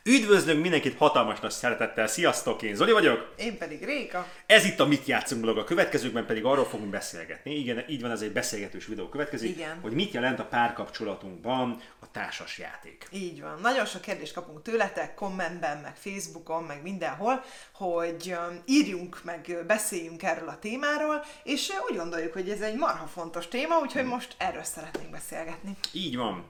Üdvözlünk mindenkit hatalmas nagy szeretettel, sziasztok, én Zoli vagyok. Én pedig Réka. Ez itt a Mit játszunk blog, a következőkben pedig arról fogunk beszélgetni. Igen, így van, ez egy beszélgetős videó következik, Igen. hogy mit jelent a párkapcsolatunkban a társas játék. Így van. Nagyon sok kérdést kapunk tőletek, kommentben, meg Facebookon, meg mindenhol, hogy írjunk, meg beszéljünk erről a témáról, és úgy gondoljuk, hogy ez egy marha fontos téma, úgyhogy most erről szeretnénk beszélgetni. Így van.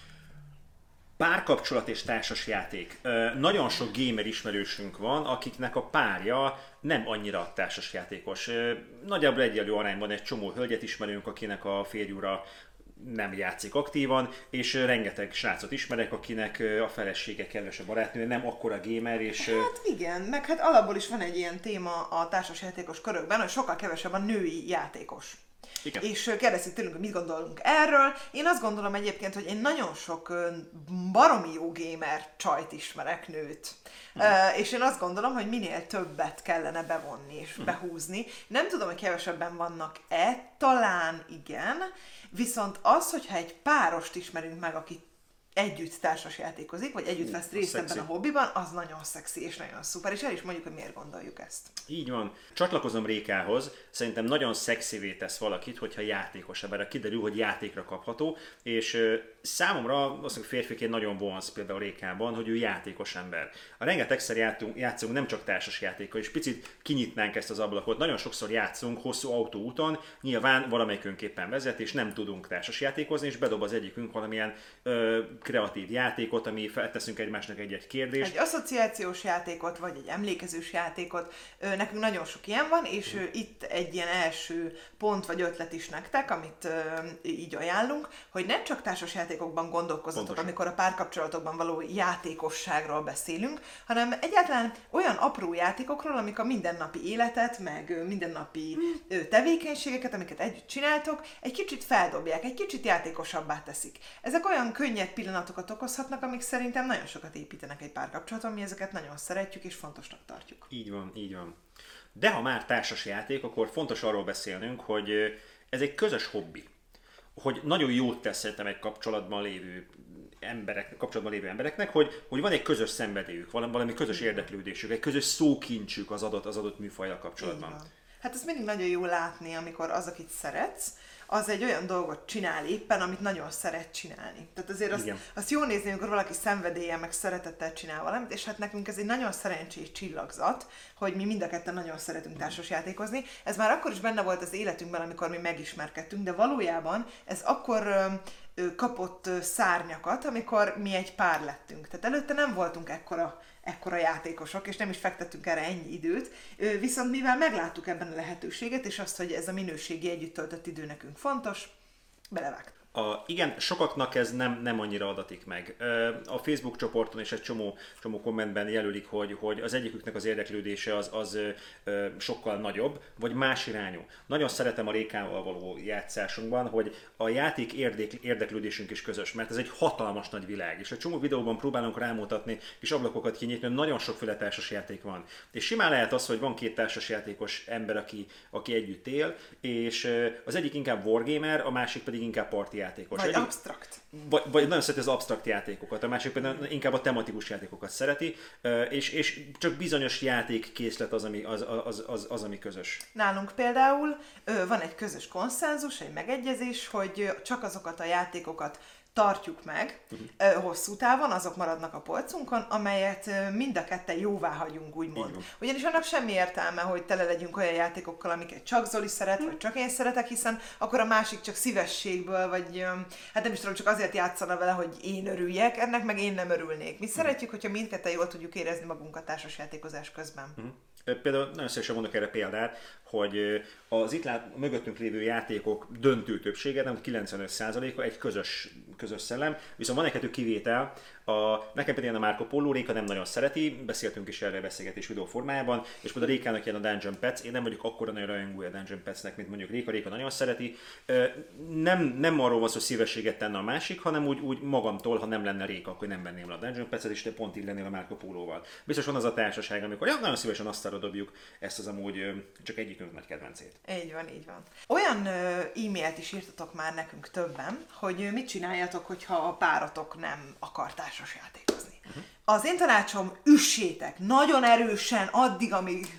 Párkapcsolat és társas játék. Nagyon sok gamer ismerősünk van, akiknek a párja nem annyira társas játékos. Nagyjából egyenlő arányban egy csomó hölgyet ismerünk, akinek a férjura nem játszik aktívan, és rengeteg srácot ismerek, akinek a felesége kedves a barátnője, nem akkora gamer, és... Hát igen, meg hát alapból is van egy ilyen téma a társasjátékos körökben, hogy sokkal kevesebb a női játékos. Igen. És kérdezik tőlünk, hogy mit gondolunk erről. Én azt gondolom egyébként, hogy én nagyon sok baromi jó gamer csajt ismerek, nőt. És én azt gondolom, hogy minél többet kellene bevonni és behúzni. Nem tudom, hogy kevesebben vannak-e, talán igen. Viszont az, hogyha egy párost ismerünk meg, aki együtt társasjátékozik, vagy együtt vesz részt ebben a hobbiban, az nagyon szexi és nagyon szuper, és el is mondjuk, hogy miért gondoljuk ezt. Így van. Csatlakozom Rékához, szerintem nagyon szexivé tesz valakit, hogyha játékos ember. Kiderül, hogy játékra kapható, és számomra azt mondjuk férfiként nagyon vonz például Rékában, hogy ő játékos ember. A rengetegszer játszunk nem csak társas játékkal, és picit kinyitnánk ezt az ablakot. Nagyon sokszor játszunk hosszú autóúton, nyilván valamelyikünk éppen vezet, és nem tudunk társas játékozni, és bedob az egyikünk valamilyen kreatív játékot, ami felteszünk egymásnak egy-egy kérdést. Egy asszociációs játékot, vagy egy emlékezős játékot. Nekünk nagyon sok ilyen van, és itt egy ilyen első pont vagy ötlet is nektek, amit így ajánlunk, hogy nem csak társas játékokban gondolkozzatok, amikor a párkapcsolatokban való játékosságról beszélünk, hanem egyáltalán olyan apró játékokról, amik a mindennapi életet, meg mindennapi tevékenységeket, amiket együtt csináltok, egy kicsit feldobják, egy kicsit játékosabbá teszik. Ezek olyan könnyed pillanatokat okozhatnak, amik szerintem nagyon sokat építenek egy párkapcsolaton, mi ezeket nagyon szeretjük és fontosnak tartjuk. Így van, így van. De ha már társas játék, akkor fontos arról beszélnünk, hogy ez egy közös hobbi. Hogy nagyon jót tesz szerintem egy kapcsolatban lévő embereknek, hogy van egy közös szenvedélyük, valami közös érdeklődésük, egy közös szókincsük az adott műfajjal kapcsolatban. Hát ez mindig nagyon jó látni, amikor az, akit szeretsz, az egy olyan dolgot csinál éppen, amit nagyon szeret csinálni. Tehát azért azt jó nézni, amikor valaki szenvedéllyel, meg szeretettel csinál valamit, és hát nekünk ez egy nagyon szerencsés csillagzat, hogy mi mind a ketten nagyon szeretünk társasjátékozni. Ez már akkor is benne volt az életünkben, amikor mi megismerkedtünk, de valójában ez akkor kapott szárnyakat, amikor mi egy pár lettünk. Tehát előtte nem voltunk ekkora játékosok, és nem is fektettünk erre ennyi időt, viszont mivel megláttuk ebben a lehetőséget, és azt, hogy ez a minőségi együtt töltött idő nekünk fontos, belevágtunk. Igen, sokaknak ez nem annyira adatik meg. A Facebook csoporton és egy csomó kommentben jelölik, hogy az egyiküknek az érdeklődése az sokkal nagyobb, vagy más irányú. Nagyon szeretem a Rékával való játszásunkban, hogy a játék érdeklődésünk is közös, mert ez egy hatalmas nagy világ, és egy csomó videóban próbálunk rámutatni, és ablakokat kinyitni, hogy nagyon sokféle társas játék van. És simán lehet az, hogy van két társas játékos ember, aki együtt él, és az egyik inkább wargamer, a másik pedig inkább party játékos. Vagy absztrakt. Vagy nagyon szereti az absztrakt játékokat, a másik pedig inkább a tematikus játékokat szereti, és csak bizonyos játékkészlet az, ami közös. Nálunk például van egy közös konszenzus, egy megegyezés, hogy csak azokat a játékokat tartjuk meg hosszú távon, azok maradnak a polcunkon, amelyet mind a ketten jóvá hagyunk, úgymond. Ugyanis annak semmi értelme, hogy tele legyünk olyan játékokkal, amiket csak Zoli szeret, vagy csak én szeretek, hiszen akkor a másik csak szívességből, vagy hát nem is tudom, csak azért játszana vele, hogy én örüljek, ennek meg én nem örülnék. Mi szeretjük, hogyha mindketten jól tudjuk érezni magunkat társasjátékozás közben. Például nagyon szívesen mondok erre példát, hogy az itt mögöttünk lévő játékok döntő többsége, nem 95%-a egy közös szellem, viszont van egy-kettő kivétel, nekem pedig a Marco Polo, Réka nem nagyon szereti, beszéltünk is erre beszélgetés videó formájában, és például a Rékának ilyen a Dungeon Pets, én nem vagyok akkora nagyon rajongója a Dungeon Petsnek, mint mondjuk Réka nagyon szereti. Nem arról van szó, hogy szívességet tenne a másik, hanem úgy magamtól, ha nem lenne Réka, akkor nem venném le a Dungeon Petset, és te pont így lennél a Marco Poloval. Biztos van az a társaság, amikor nagyon szívesen asztalra dobjuk ezt az amúgy csak egyikünk nagy kedvencét. Így van, így van. Olyan e-mailt is írtatok már nekünk többen, hogy mit csináljatok, hogyha a páratok nem akar társasjátékozni. Az én tanácsom, üssétek nagyon erősen addig, amíg...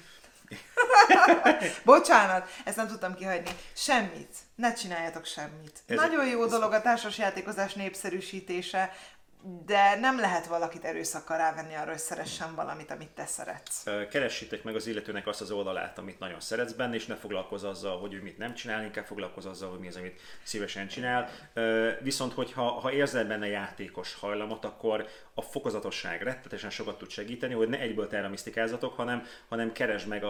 Bocsánat, ezt nem tudtam kihagyni. Semmit. Ne csináljatok semmit. Nagyon jó dolog a társasjátékozás népszerűsítése, de nem lehet valakit erőszakkal rávenni arra, hogy szeressen valamit, amit te szeretsz. Keressétek meg az illetőnek azt az oldalát, amit nagyon szeretsz benne, és ne foglalkozz azzal, hogy ő mit nem csinál, inkább foglalkozz azzal, hogy mi az, amit szívesen csinál. Viszont, hogyha érzel benne játékos hajlamot, akkor a fokozatosság rettetesen sokat tud segíteni, hogy ne egyből terramisztikázzatok, hanem keresd meg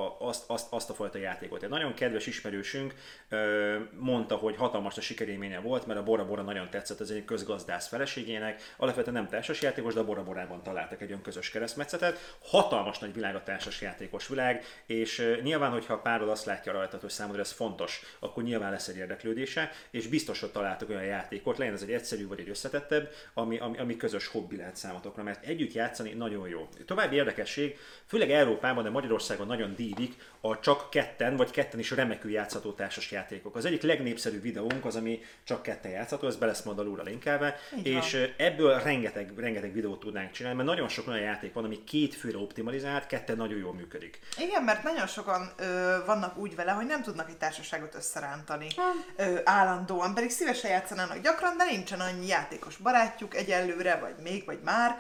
azt a fajta játékot. Egy nagyon kedves ismerősünk mondta, hogy hatalmas a sikerélménye volt, mert a Bora Bora nagyon tetszett az egyik közgazdász feleségének. Alapvetően nem társasjátékos, de a Bora Borában találtak egy olyan közös keresztmetszetet. Hatalmas nagy világ a társasjátékos világ, és nyilván, hogyha a párod azt látja rajtad, hogy számodra ez fontos, akkor nyilván lesz egy érdeklődése, és biztos, hogy találtok olyan játékot, legyen ez egy egyszerű vagy egy összetettebb, ami közös hobbi lehet számotokra, mert együtt játszani nagyon jó. További érdekesség, főleg Európában, de Magyarországon nagyon dívik a csak ketten, vagy ketten is remekül játszható társasjátékok. Az egyik legnépszerűbb videónk az, ami csak ketten játszható, ez be lesz majd alulra linkelve, és ebből rengeteg videót tudnánk csinálni, mert nagyon sok olyan játék van, ami két főre optimalizált, ketten nagyon jól működik. Igen, mert nagyon sokan vannak úgy vele, hogy nem tudnak egy társaságot összerántani állandóan, pedig szívesen játszanának gyakran, de nincsen annyi játékos barátjuk egyelőre, vagy már,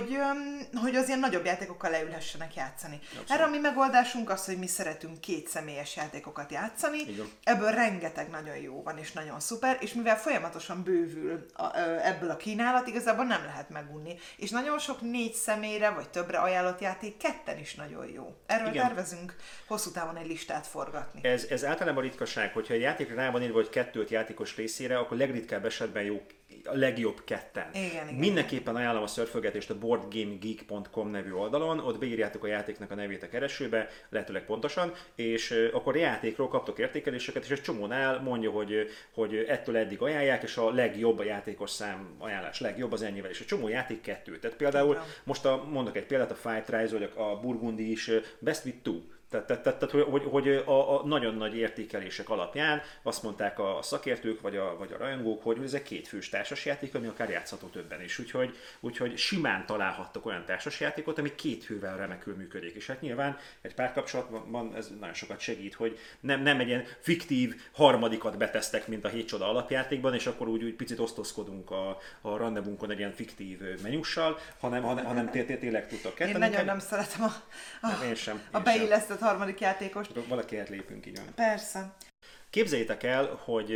hogy az ilyen nagyobb játékokkal leülhessenek játszani. Abszolút. Erre a mi megoldásunk az, hogy mi szeretünk két személyes játékokat játszani, igen. Ebből rengeteg nagyon jó van, és nagyon szuper, és mivel folyamatosan bővül ebből a kínálat, igazából nem lehet megunni. És nagyon sok 4 személyre vagy többre ajánlott játék ketten is nagyon jó. Erről igen. Tervezünk hosszú távon egy listát forgatni. Ez általában ritkaság, hogyha egy játékra rá van írva, hogy 2 játékos részére, akkor legritkább esetben jó a legjobb ketten. Igen. Mindenképpen ajánlom a szörfölgetést a boardgamegeek.com nevű oldalon, ott beírjátok a játéknak a nevét a keresőbe, lehetőleg pontosan, és akkor a játékról kaptok értékeléseket, és egy csomónál mondja, hogy ettől eddig ajánlják, és a legjobb a játékos szám ajánlás legjobb az ennyivel, és a csomó játék 2. Tehát például, most mondok egy példát, a Fight Rise, vagy a Burgundy is Best with 2. Tehát hogy a nagyon nagy értékelések alapján azt mondták a szakértők vagy a rajongók, hogy ez egy 2 fős társasjáték, ami akár játszható többen is. Úgyhogy simán találhattok olyan társasjátékot, ami 2 fővel remekül működik. És hát nyilván egy párkapcsolatban ez nagyon sokat segít, hogy nem egy ilyen fiktív harmadikat betesztek, mint a 7 csoda alapjátékban, és akkor úgy picit osztozkodunk a randevunkon egy ilyen fiktív menyussal, hanem tényleg tudtok ketten. Én nagyon nem szeretem a beillesztett harmadik játékost. Valakihez lépünk, így van. Persze. Képzeljétek el, hogy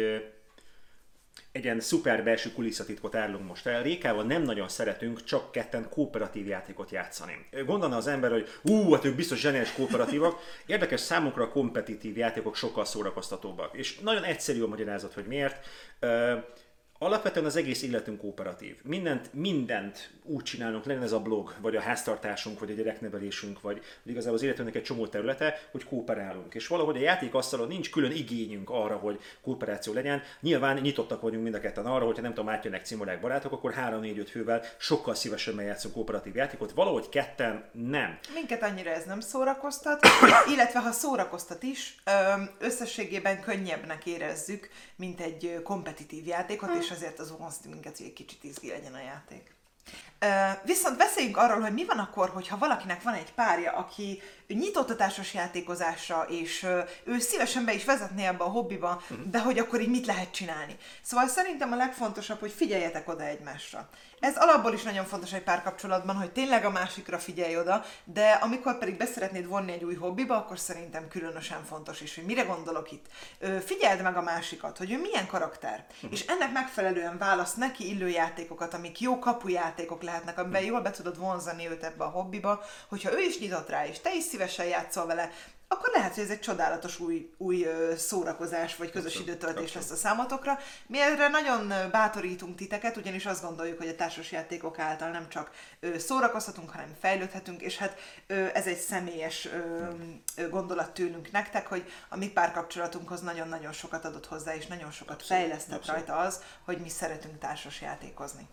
egy ilyen szuper belső kulisszatitkot árulunk most el. Rékával nem nagyon szeretünk csak ketten kooperatív játékot játszani. Gondolna az ember, hogy hát ők biztos zseniális kooperatívak. Érdekes, számunkra a kompetitív játékok sokkal szórakoztatóbbak. És nagyon egyszerű a magyarázat, hogy miért. Alapvetően az egész életünk kooperatív. Mindent úgy csinálunk, legyen ez a blog, vagy a háztartásunk, vagy a gyereknevelésünk, vagy igazából az életünknek egy csomó területe, hogy kooperálunk. És valahogy a játékasztalon nincs külön igényünk arra, hogy kooperáció legyen. Nyilván nyitottak vagyunk mind a ketten arra, hogyha nem tudom, átjönnek cimorák barátok, akkor 3-4-5 fővel sokkal szívesebben játszunk kooperatív játékot. Valahogy ketten nem. Minket annyira ez nem szórakoztat, illetve ha szórakoztat is, összességében könnyebbnek érezzük, mint egy kompetitív játékot, és azért az vonz minket, hogy egy kicsit izgi legyen a játék. Viszont beszéljünk arról, hogy mi van akkor, hogyha valakinek van egy párja, aki nyitott a társasjátékozásra, és ő szívesen be is vezetné ebbe a hobbiba, de hogy akkor így mit lehet csinálni. Szóval szerintem a legfontosabb, hogy figyeljetek oda egymásra. Ez alapból is nagyon fontos egy párkapcsolatban, hogy tényleg a másikra figyelj oda, de amikor pedig beszeretnéd vonni egy új hobbiba, akkor szerintem különösen fontos is, hogy mire gondolok itt. Figyeld meg a másikat, hogy ő milyen karakter, és ennek megfelelően válasz neki illő játékokat, amik jó kapujátékok lehetnek, amiben jól be tudod vonzani őt ebbe a hobbiba, hogyha ő is nyitott rá, és te is szívesen játszol vele, akkor lehet, hogy ez egy csodálatos új szórakozás, vagy közös időtöltés lesz a számotokra. Mi erre nagyon bátorítunk titeket, ugyanis azt gondoljuk, hogy a társasjátékok által nem csak szórakozhatunk, hanem fejlődhetünk, és hát ez egy személyes gondolat tőlünk nektek, hogy a mi párkapcsolatunkhoz nagyon-nagyon sokat adott hozzá, és nagyon sokat fejlesztett rajta az, hogy mi szeretünk társasjátékozni.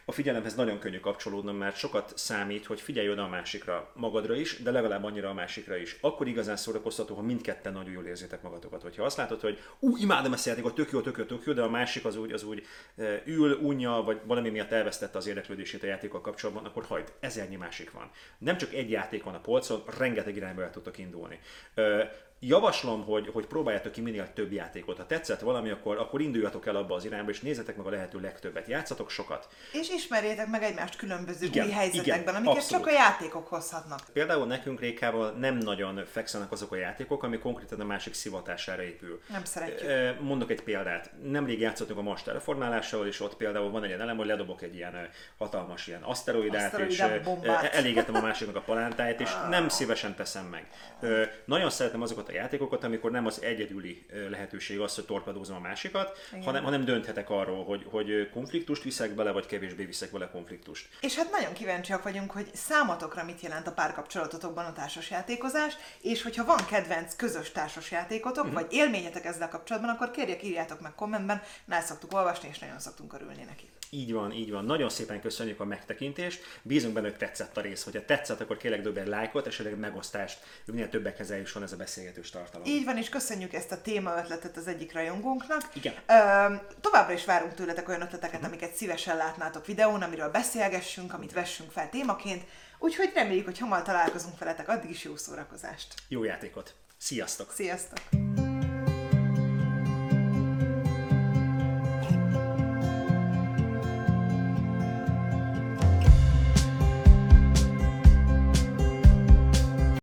a figyelemhez nagyon könnyű kapcsolódnom, mert sokat számít, hogy figyelj oda a másikra, magadra is, de legalább annyira a másikra is. Akkor igazán szórakoztató, ha mindketten nagyon jól érzitek magatokat. Hogyha azt látod, hogy imádom ezt a játékot, tök jó, de a másik az úgy ül, unja, vagy valami miatt elvesztette az érdeklődését a játékkal kapcsolatban, akkor hagyd, ezernyi másik van. Nem csak egy játék van a polcon, rengeteg irányba el tudtok indulni. Javaslom, hogy próbáljátok ki minél több játékot. Ha tetszett valami, akkor induljatok el abba az irányba, és nézzetek meg a lehető legtöbbet. Játszatok sokat. És ismerjétek meg egymást különböző új helyzetekben, amiket abszolút. csak a játékok hozhatnak. Például nekünk Rékával nem nagyon fekszenek azok a játékok, ami konkrétan a másik szivatására épül. Nem szeretjük. Mondok egy példát. Nemrég játszottunk a Mars terraformálásával, és ott például van egy ilyen elem, hogy ledobok egy ilyen hatalmas ilyen aszteroidát, és elégetem a másiknak a palántáját, és nem szívesen teszem meg. Nagyon szeretem azokat a játékokat, amikor nem az egyedüli lehetőség az, hogy torpedózom a másikat, hanem dönthetek arról, hogy konfliktust viszek bele, vagy kevésbé viszek bele konfliktust. És hát nagyon kíváncsiak vagyunk, hogy számotokra mit jelent a párkapcsolatotokban a társasjátékozás, és hogyha van kedvenc közös társasjátékotok, vagy élményetek ezzel kapcsolatban, akkor kérjék, írjátok meg kommentben, el szoktuk olvasni, és nagyon szoktunk örülni neki. Így van. Nagyon szépen köszönjük a megtekintést. Bízunk benne, hogy tetszett a rész. Hogyha tetszett, akkor kérlek dobj egy lájkot, esetleg megosztást, hogy minél többekhez eljusson ez a beszélgetős tartalom. Így van, és köszönjük ezt a témaötletet az egyik rajongónknak. Igen. Továbbra is várunk tőletek olyan ötleteket, amiket szívesen látnátok videón, amiről beszélgessünk, amit vessünk fel témaként. Úgyhogy reméljük, hogy hamar találkozunk veletek, addig is jó szórakozást. Jó játékot. Sziasztok! Sziasztok!